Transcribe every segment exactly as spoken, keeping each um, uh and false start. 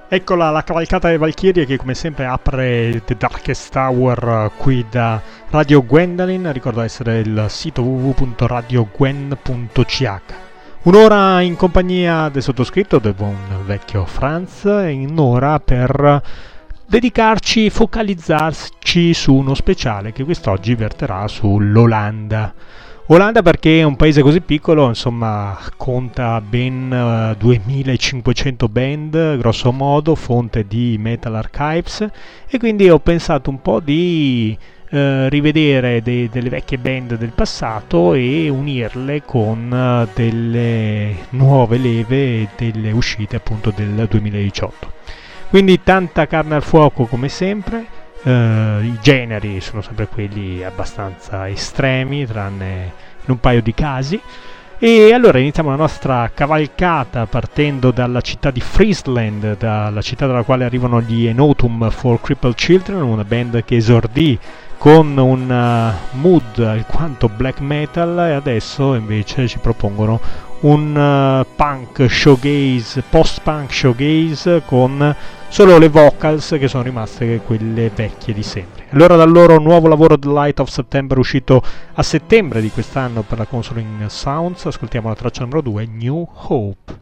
Eccola la cavalcata delle Valchirie che come sempre apre The Darkest Hour qui da Radio Gwendolyn. Ricordo essere il sito w w w punto radio gwen punto c h. Un'ora in compagnia del sottoscritto, del buon vecchio Franz, e un'ora per dedicarci, focalizzarci su uno speciale che quest'oggi verterà sull'Olanda. Olanda perché è un paese così piccolo, insomma, conta ben uh, duemilacinquecento band, grosso modo, fonte di Metal Archives, e quindi ho pensato un po' di uh, rivedere de- delle vecchie band del passato e unirle con uh, delle nuove leve e delle uscite appunto del duemiladiciotto. Quindi tanta carne al fuoco come sempre. Uh, i generi sono sempre quelli abbastanza estremi, tranne in un paio di casi. E allora iniziamo la nostra cavalcata partendo dalla città di Friesland, dalla città dalla quale arrivano gli Enotum for Crippled Children, una band che esordì con un uh, mood alquanto black metal e adesso invece ci propongono un uh, punk showgaze, post-punk showgaze con solo le vocals che sono rimaste quelle vecchie di sempre. Allora dal loro nuovo lavoro The Light of September, uscito a settembre di quest'anno per la Consoling Sounds, ascoltiamo la traccia numero due, New Hope.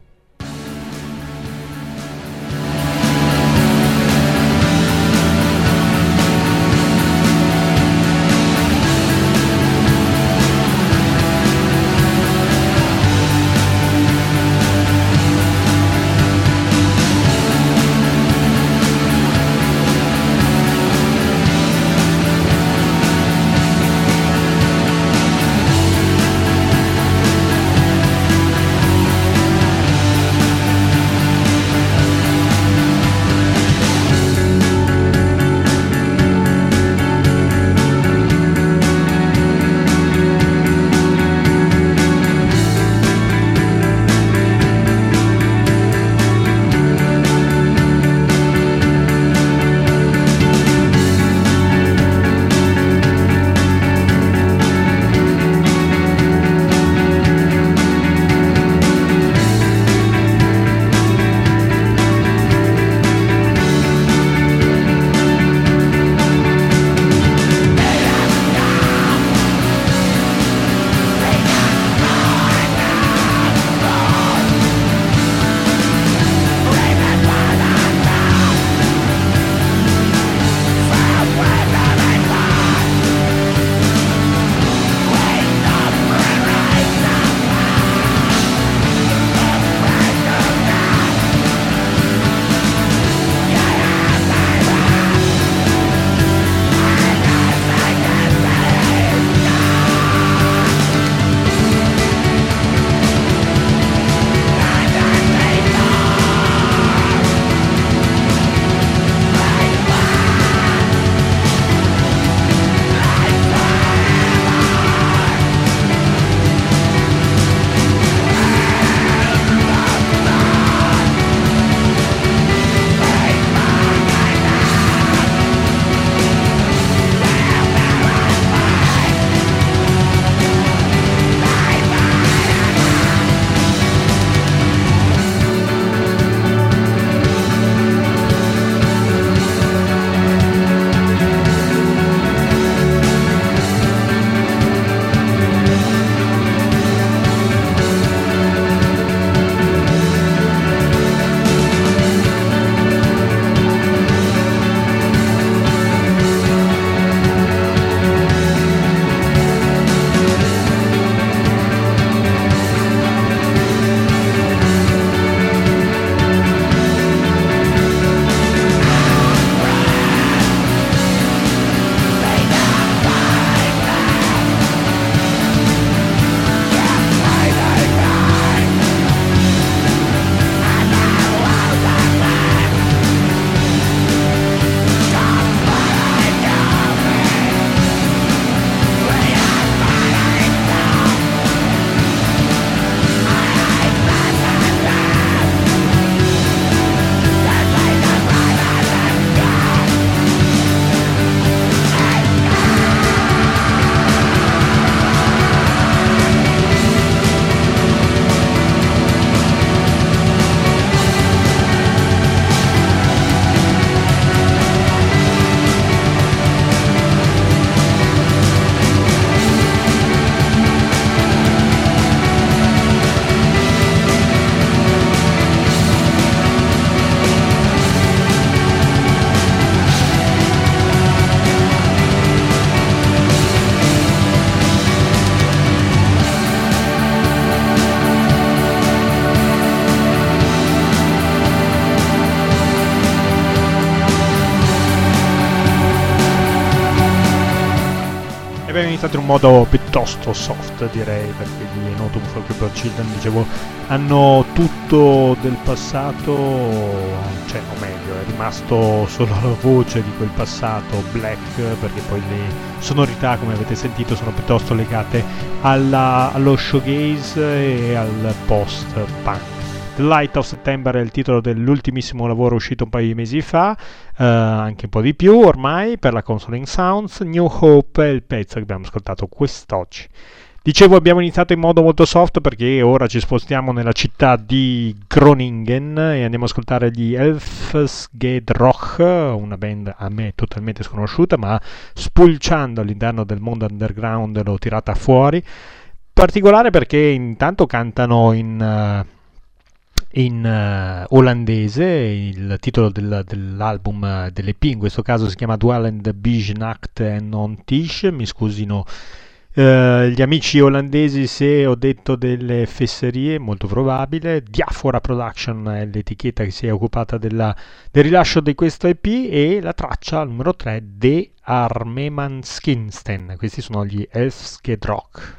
abbiamo iniziato in un modo piuttosto soft, direi, perché gli No Tomb for Crippled Children, dicevo, hanno tutto del passato, cioè, o meglio, è rimasto solo la voce di quel passato black, perché poi le sonorità, come avete sentito, sono piuttosto legate alla, allo shoegaze e al post-punk. The Light of September è il titolo dell'ultimissimo lavoro uscito un paio di mesi fa, eh, anche un po' di più ormai, per la Consoling Sounds. New Hope è il pezzo che abbiamo ascoltato quest'oggi. Dicevo, abbiamo iniziato in modo molto soft perché ora ci spostiamo nella città di Groningen e andiamo ad ascoltare gli Elfsgedroch, una band a me totalmente sconosciuta, ma spulciando all'interno del mondo underground l'ho tirata fuori. Particolare perché intanto cantano in... Uh, in uh, olandese, il titolo del, dell'album, uh, dell'E P in questo caso si chiama Dwellend Bijnacht en on Tisch, mi scusino uh, gli amici olandesi se ho detto delle fesserie, molto probabile. Diaspora Production è l'etichetta che si è occupata della, del rilascio di questo E P, e la traccia numero tre, De Armemanskisten. Questi sono gli Elfsgedroch.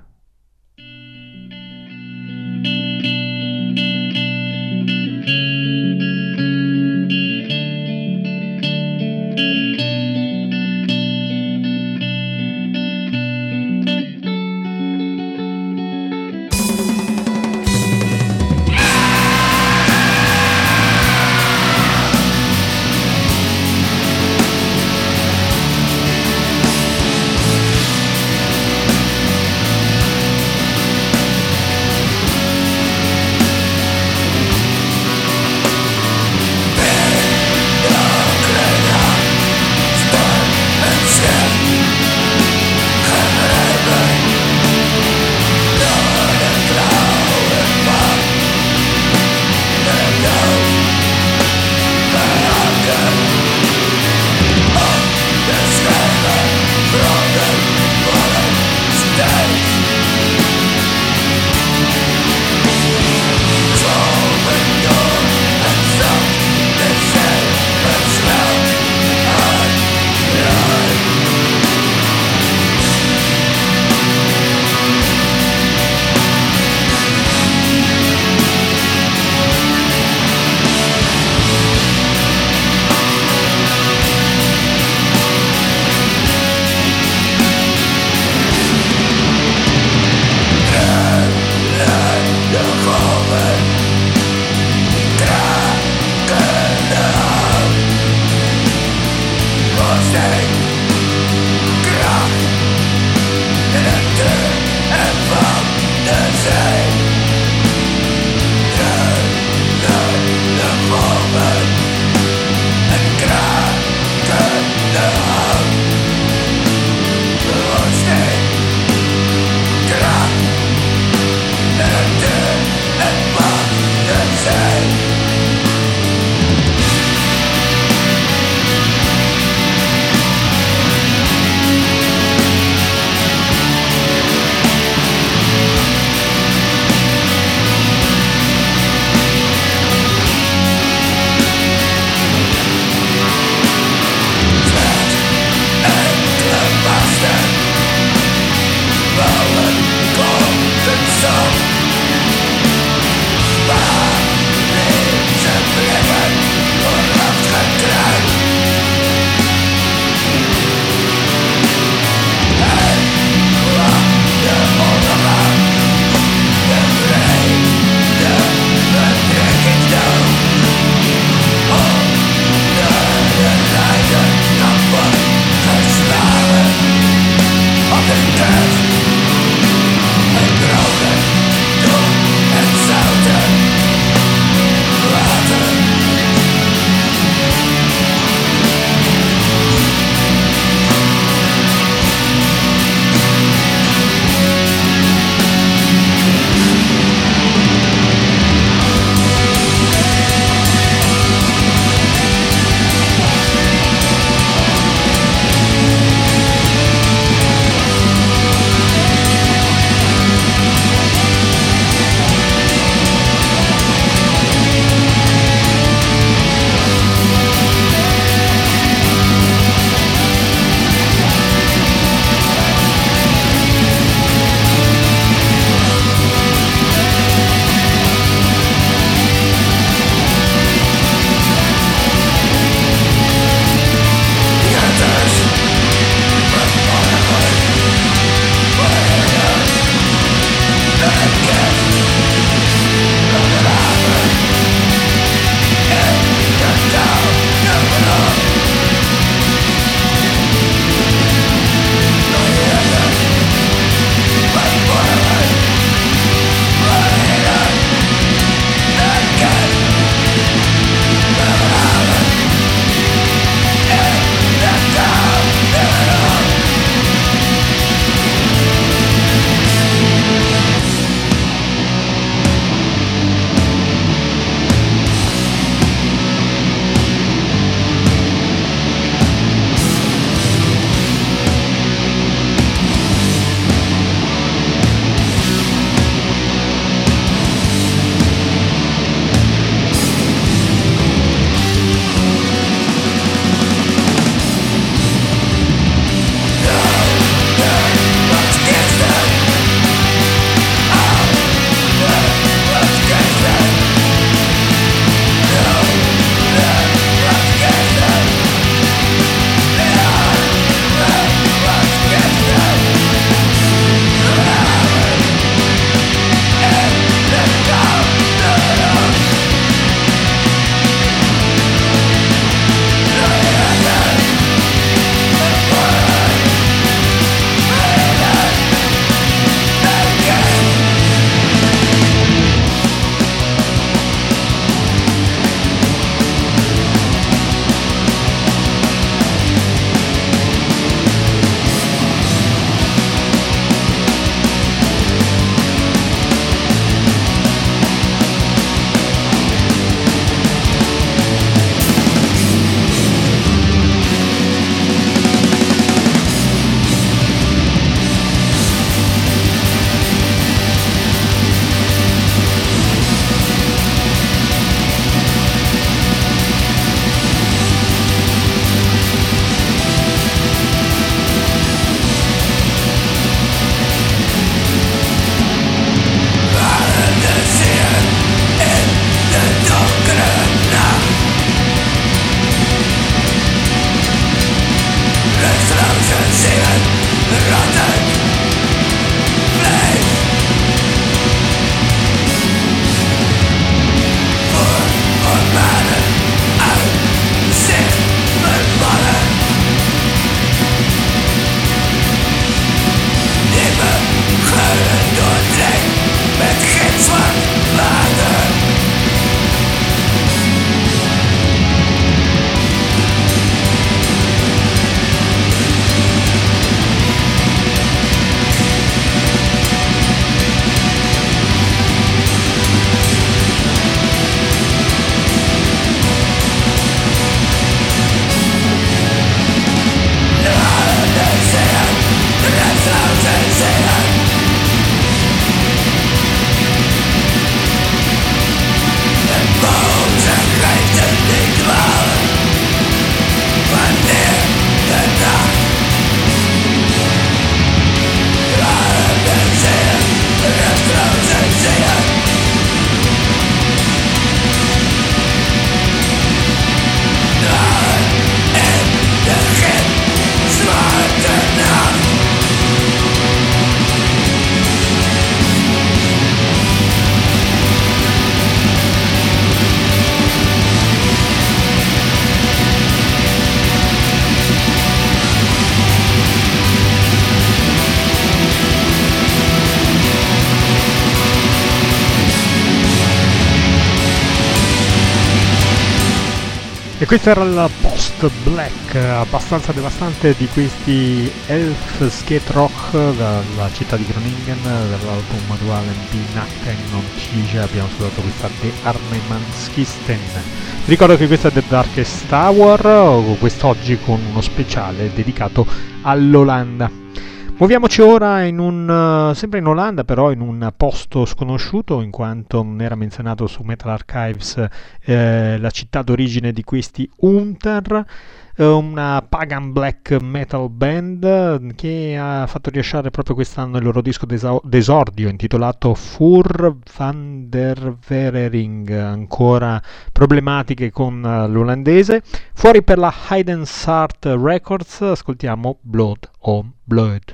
E questo era il post-black abbastanza devastante di questi Elf Skate Rock dalla città di Groningen, dall'album duale di Nacken non Tige. Abbiamo ascoltato questa The Arnemanskisten. Vi ricordo che questa è The Darkest Tower, quest'oggi con uno speciale dedicato all'Olanda. Muoviamoci ora in un, sempre in Olanda, però in un posto sconosciuto, in quanto non era menzionato su Metal Archives eh, la città d'origine di questi Unter, eh, una pagan black metal band che ha fatto rilasciare proprio quest'anno il loro disco d'esa- d'esordio intitolato Fur van der Verering, ancora problematiche con uh, l'olandese. Fuori per la Hidden Sart Records, ascoltiamo Blood on Blood.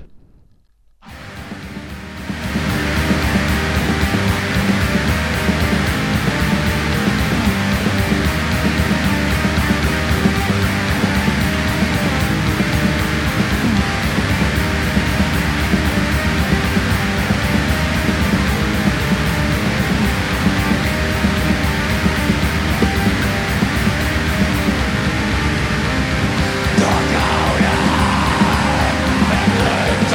Dark out,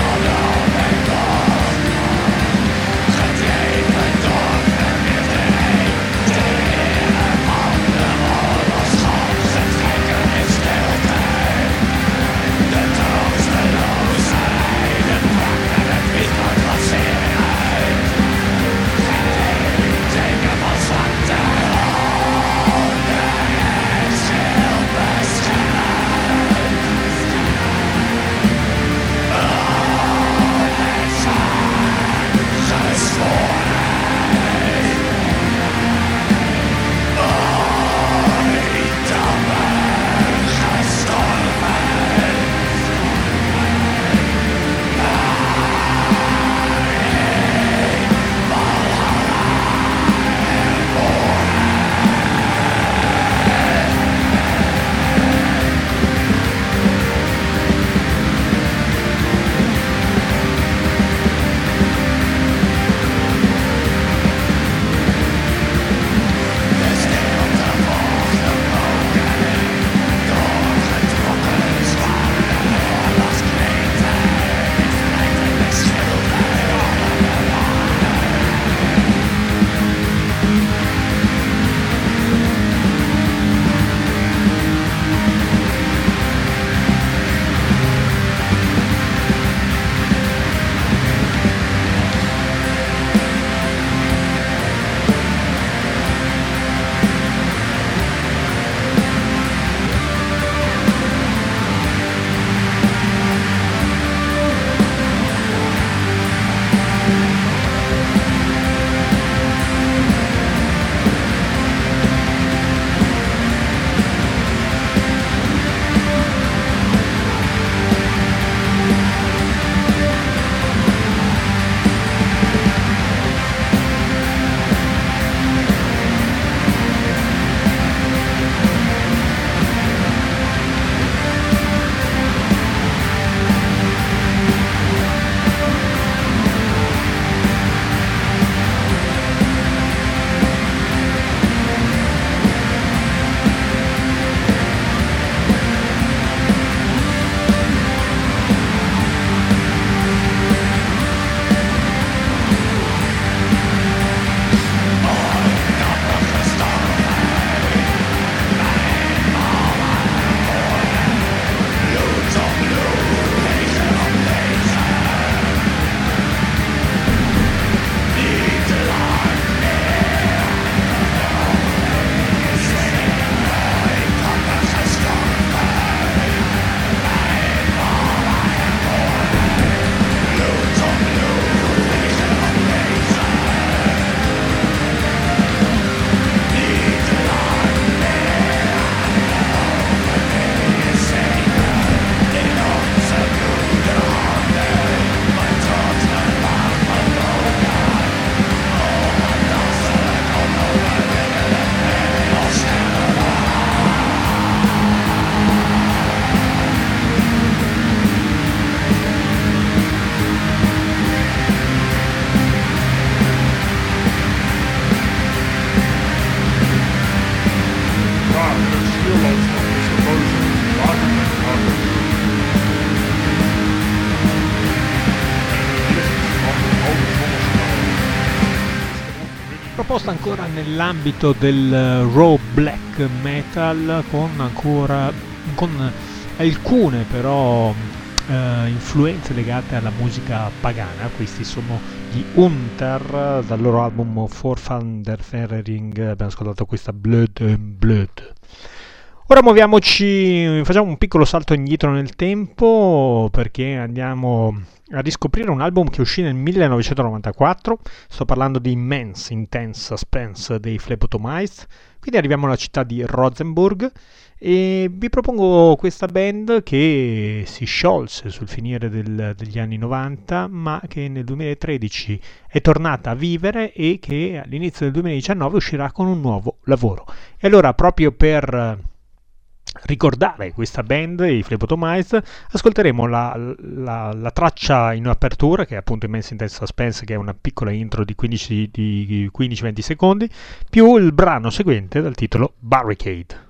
Proposta ancora nell'ambito del raw black metal con ancora con alcune però eh, influenze legate alla musica pagana. Questi sono gli Unter, dal loro album For Thunderfering abbiamo ascoltato questa Blood and Blood. Ora muoviamoci, facciamo un piccolo salto indietro nel tempo perché andiamo a riscoprire un album che uscì nel millenovecentonovantaquattro. Sto parlando di Immense Intense Suspense dei Phlebotomize. Quindi arriviamo alla città di Rosenborg e vi propongo questa band che si sciolse sul finire del, degli anni novanta, ma che nel duemilatredici è tornata a vivere e che all'inizio del duemiladiciannove uscirà con un nuovo lavoro. E allora, proprio per ricordare questa band, i Phlebotomize, ascolteremo la, la, la traccia in apertura, che è appunto Immense Intense Suspense, che è una piccola intro di quindici venti secondi, più il brano seguente dal titolo Barricade.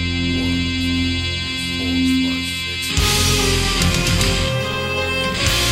One, four, five, six.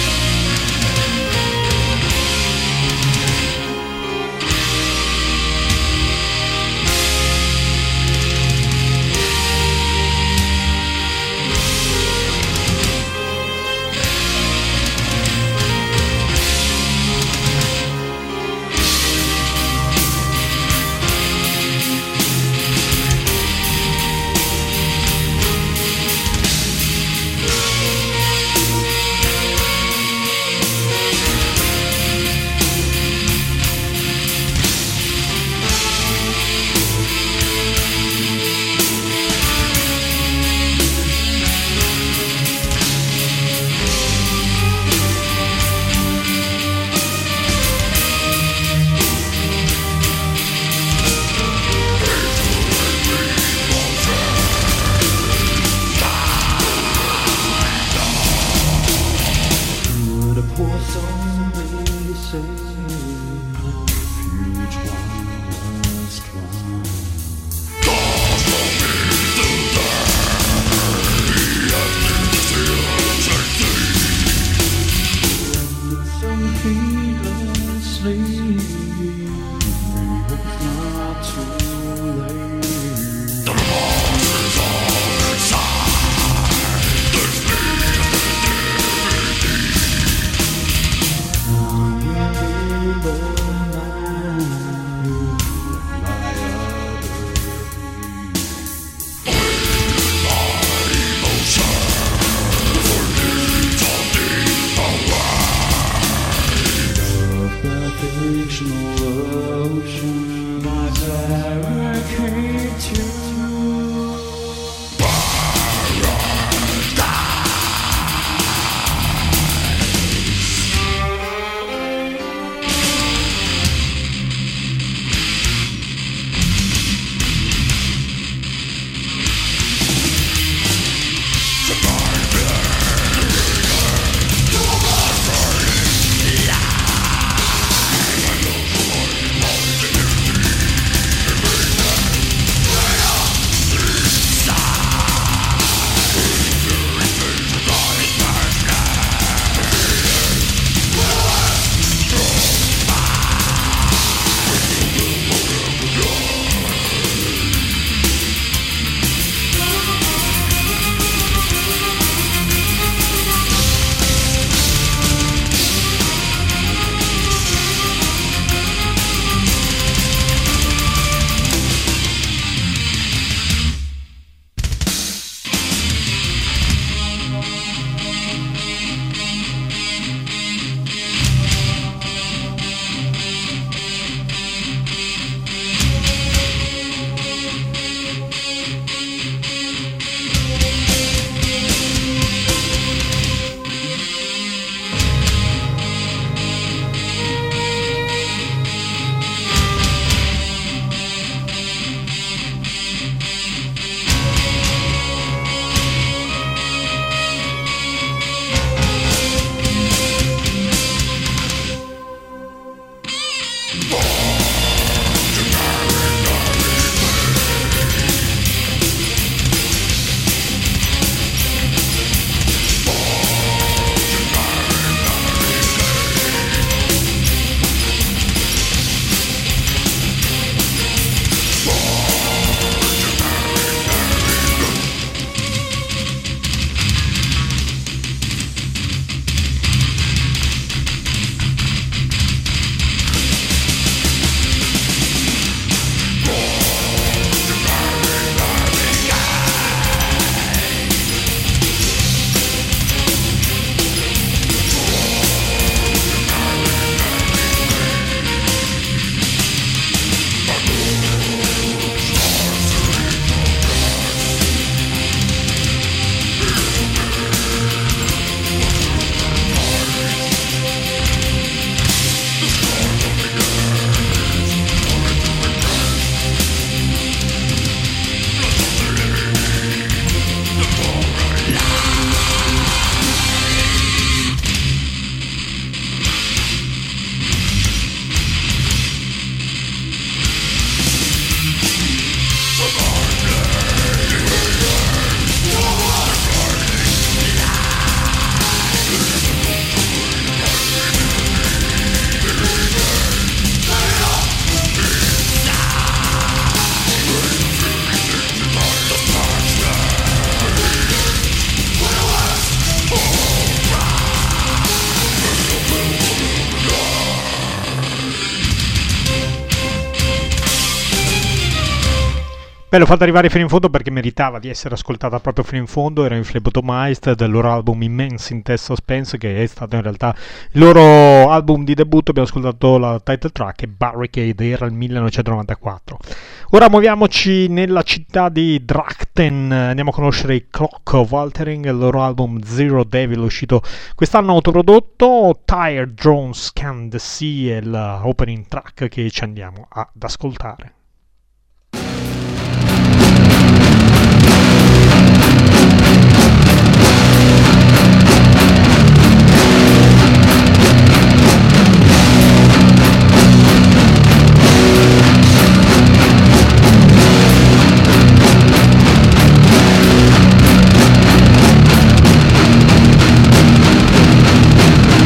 Beh, l'ho fatta arrivare fino in fondo perché meritava di essere ascoltata proprio fino in fondo. Era in Phlebotomized del loro album Immense in Test Suspense, che è stato in realtà il loro album di debutto. Abbiamo ascoltato la title track e Barricade, era il millenovecentonovantaquattro. Ora muoviamoci nella città di Drachten, andiamo a conoscere i Clock of Altering, il loro album Zero Devil uscito quest'anno autoprodotto. Tired Drones Scan the Sea è l'opening track che ci andiamo ad ascoltare.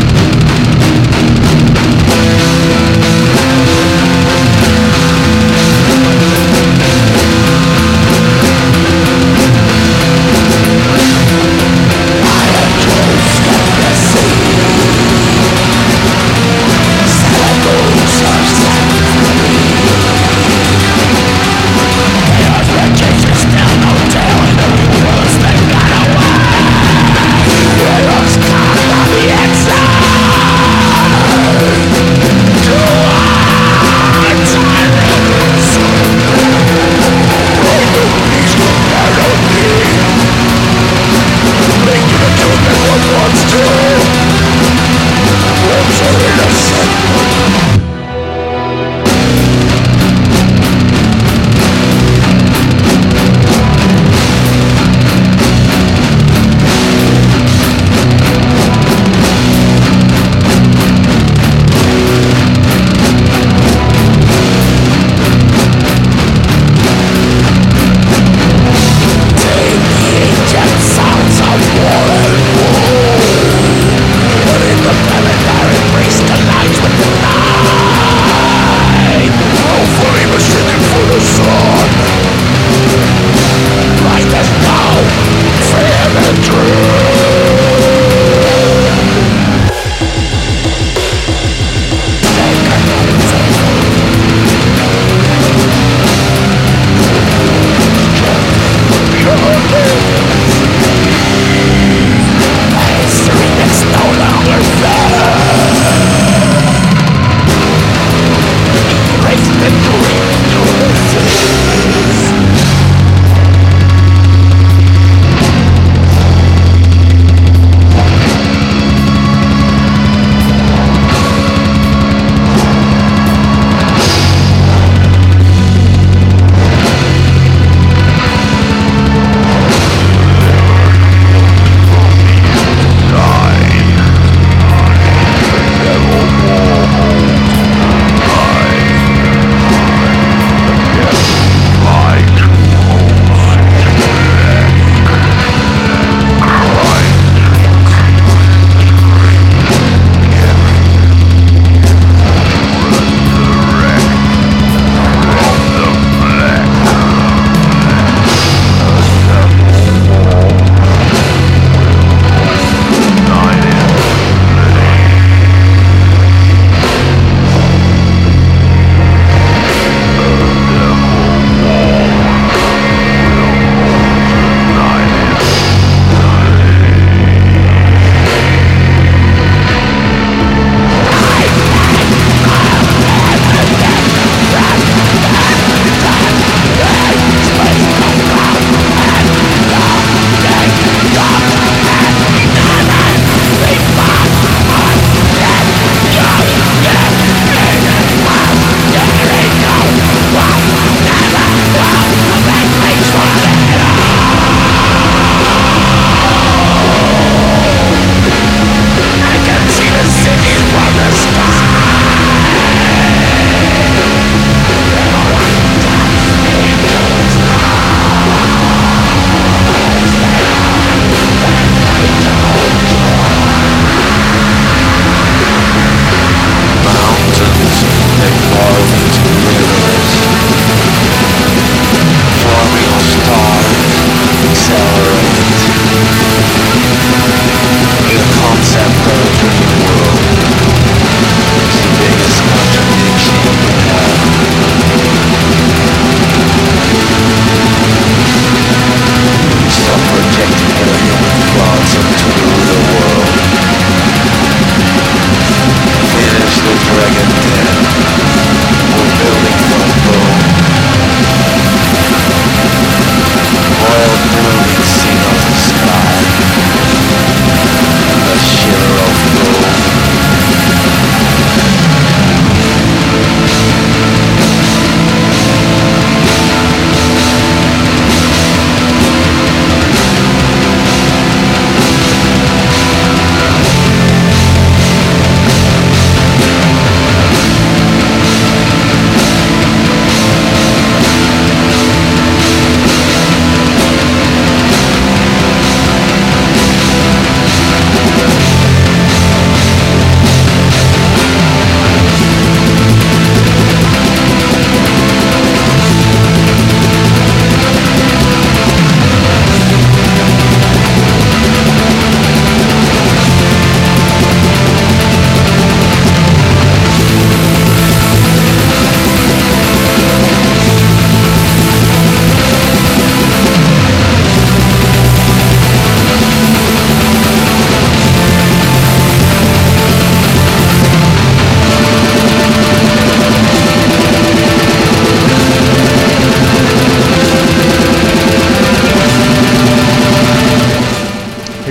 We'll be right back.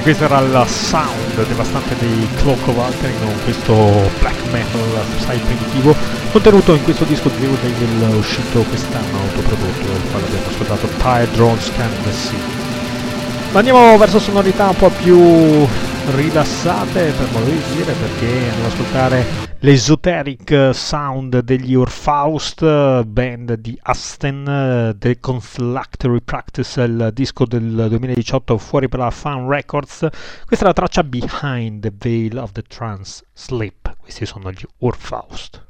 questo era il sound devastante dei Clock of Altering con questo black metal assai primitivo contenuto in questo disco Zero Devil uscito quest'anno, autoprodotto, del quale abbiamo ascoltato Tire Drones Can the Sea. Ma andiamo verso sonorità un po' più rilassate, per modo di dire, perché andiamo ad ascoltare l'esoteric sound degli Urfaust, band di Asten, The Conflactory Practice, il disco del duemiladiciotto fuori per la Fun Records. Questa è la traccia Behind the Veil of the Trance Sleep. Questi sono gli Urfaust.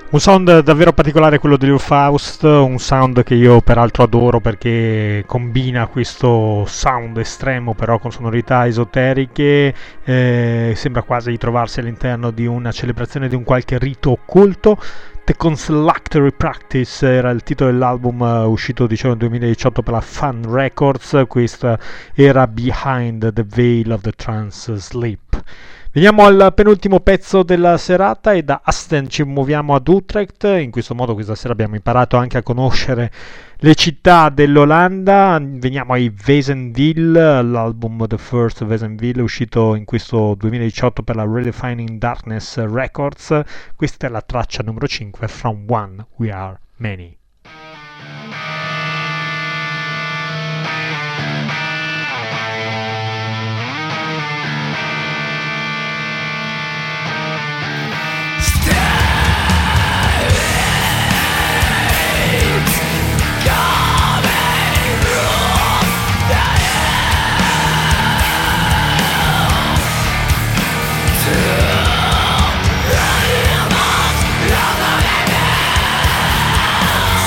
Un sound davvero particolare quello di Leo Faust, un sound che io peraltro adoro perché combina questo sound estremo però con sonorità esoteriche, eh, sembra quasi di trovarsi all'interno di una celebrazione di un qualche rito occulto. The Consulactory Practice era il titolo dell'album uh, uscito diciamo nel duemiladiciotto per la Fun Records, questa era Behind the Veil of the Trance Sleep. Veniamo al penultimo pezzo della serata e da Asten ci muoviamo ad Utrecht. In questo modo questa sera abbiamo imparato anche a conoscere le città dell'Olanda. Veniamo ai Wezenville, l'album The First Wezenville uscito in questo duemiladiciotto per la Redefining Darkness Records. Questa è la traccia numero cinque, From One We Are Many. Running amok, love of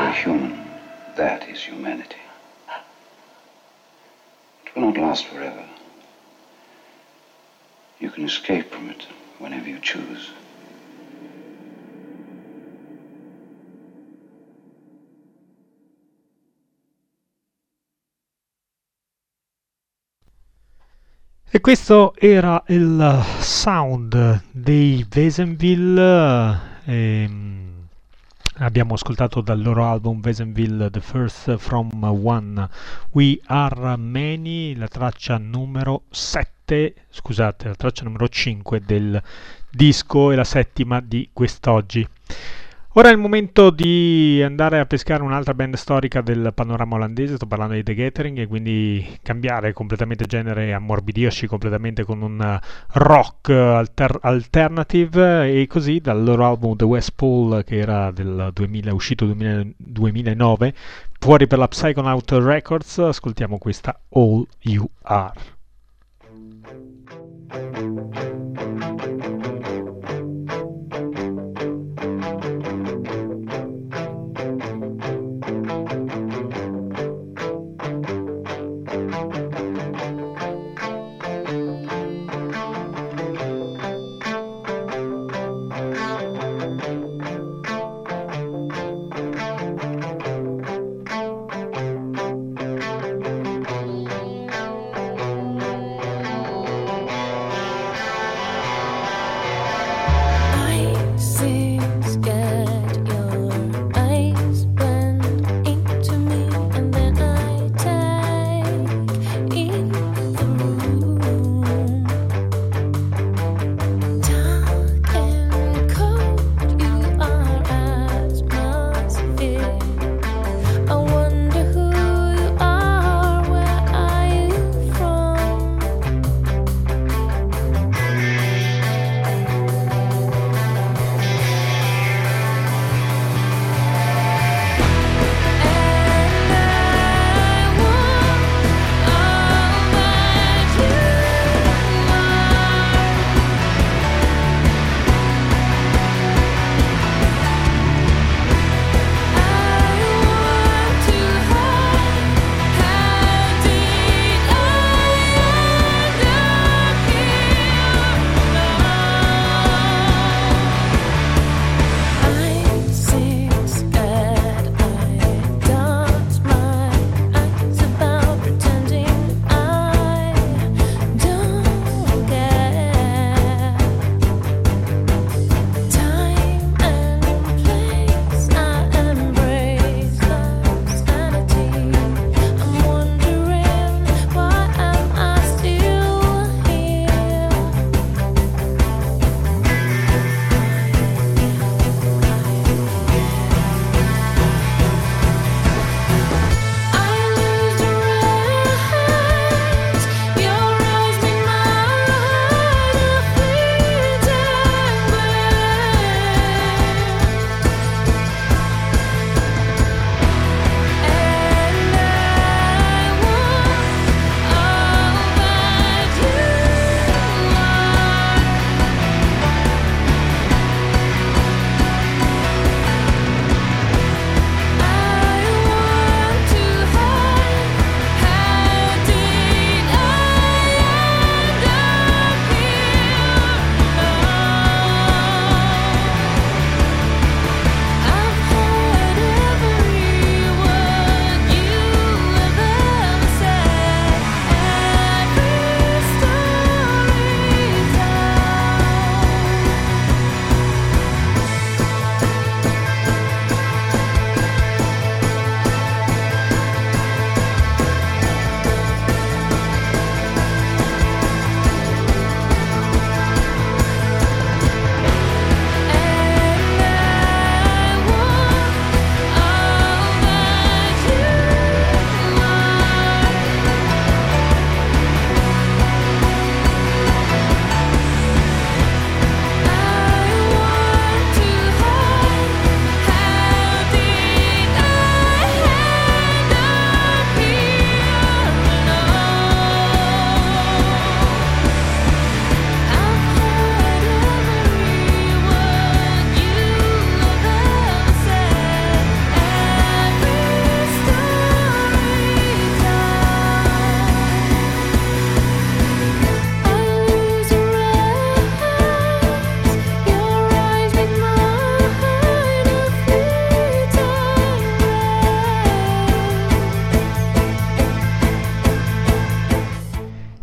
are human. That is humanity. It will not last forever. You can escape from it whenever you choose. E questo era il sound dei Wesenville. ehm, Abbiamo ascoltato dal loro album Wesenville The First From One We Are Many, la traccia numero sette, scusate, la traccia numero cinque del disco e la settima di quest'oggi. Ora è il momento di andare a pescare un'altra band storica del panorama olandese, sto parlando di The Gathering, e quindi cambiare completamente genere, ammorbidirci completamente con un rock alter- alternative, e così dal loro album The West Pole, che era del duemila, uscito duemila, duemilanove, fuori per la Psychonaut Records, ascoltiamo questa All You Are.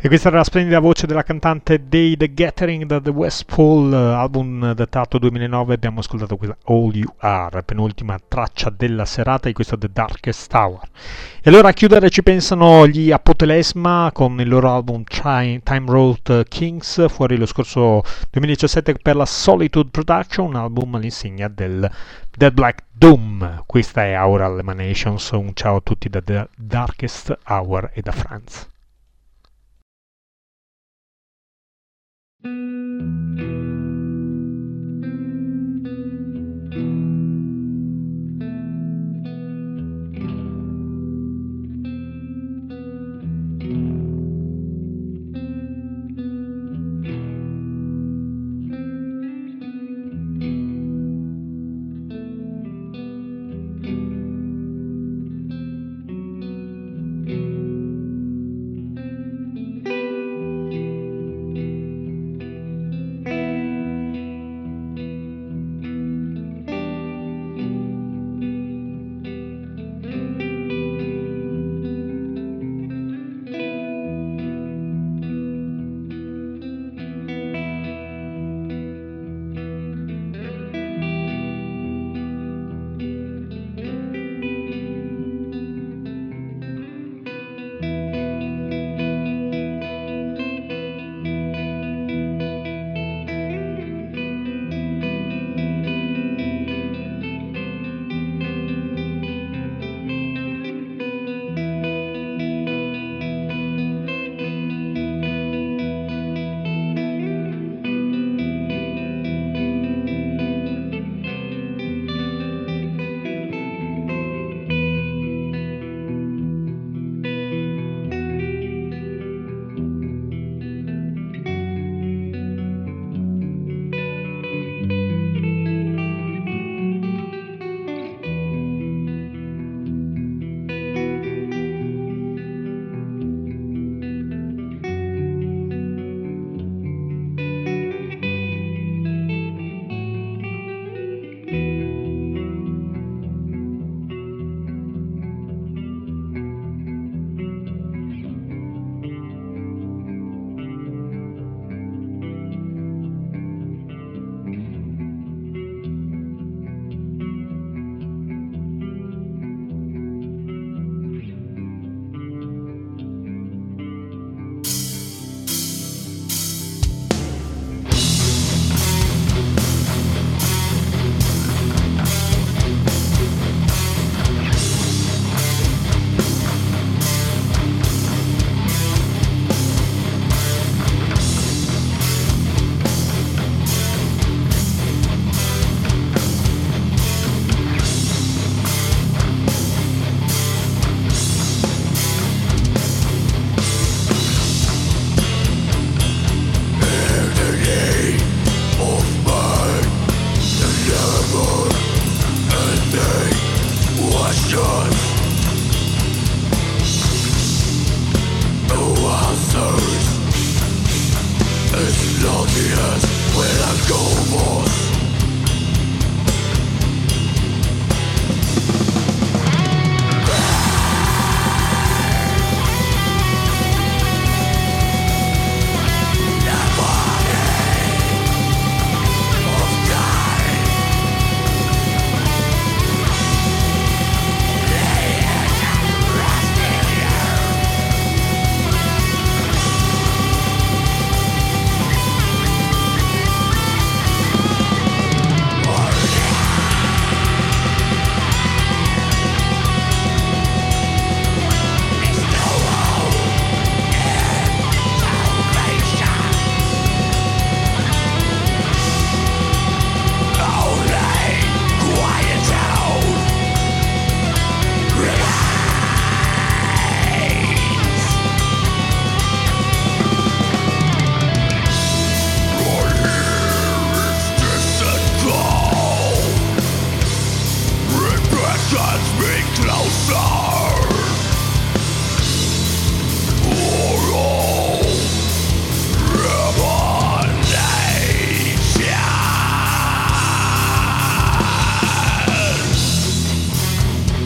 E questa era la splendida voce della cantante Day The Gathering da The West Pole, album datato duemilanove. Abbiamo ascoltato quella All You Are, penultima traccia della serata di questo The Darkest Hour. E allora a chiudere ci pensano gli Apotelesma con il loro album Time Road Kings, fuori lo scorso duemiladiciassette per la Solitude Production, un album all'insegna del Dead Black Doom. Questa è Aural Emanations, un ciao a tutti da The Darkest Hour e da Franz.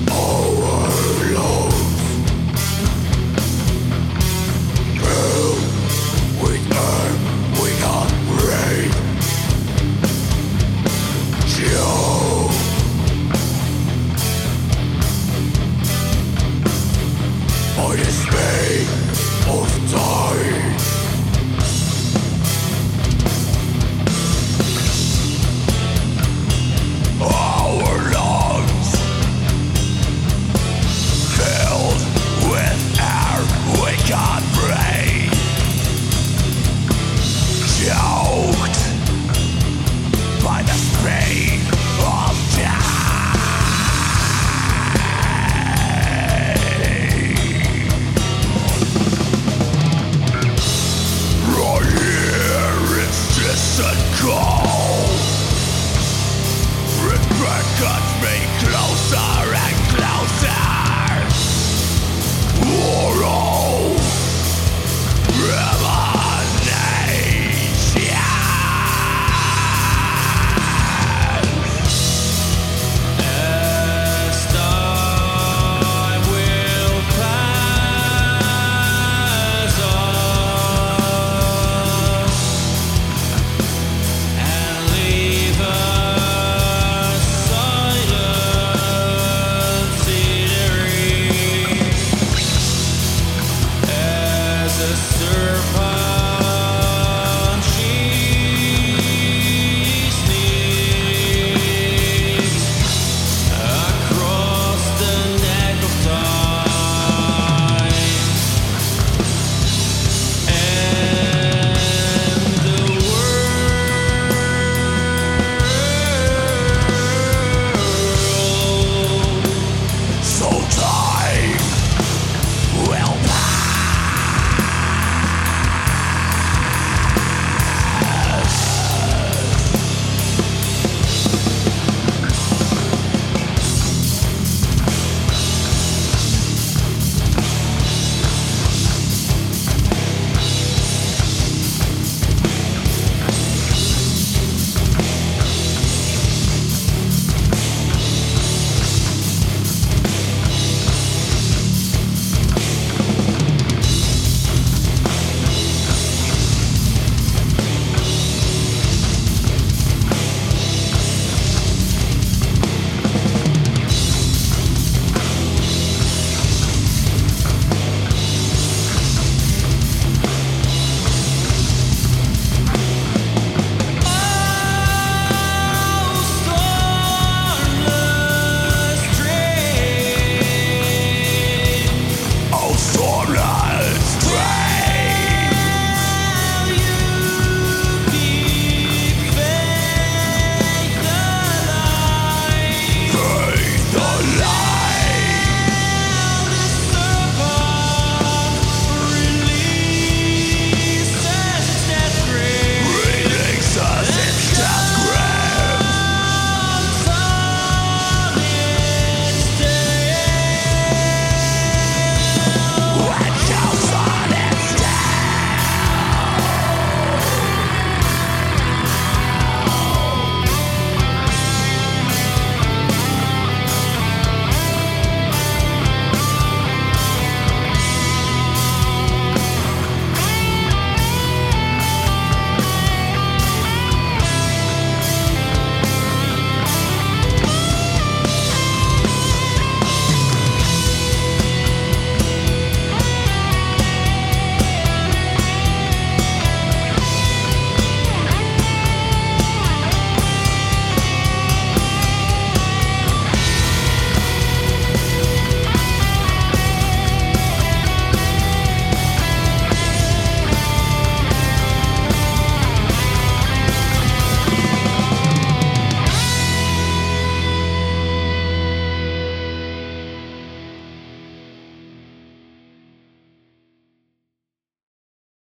Overload. of time.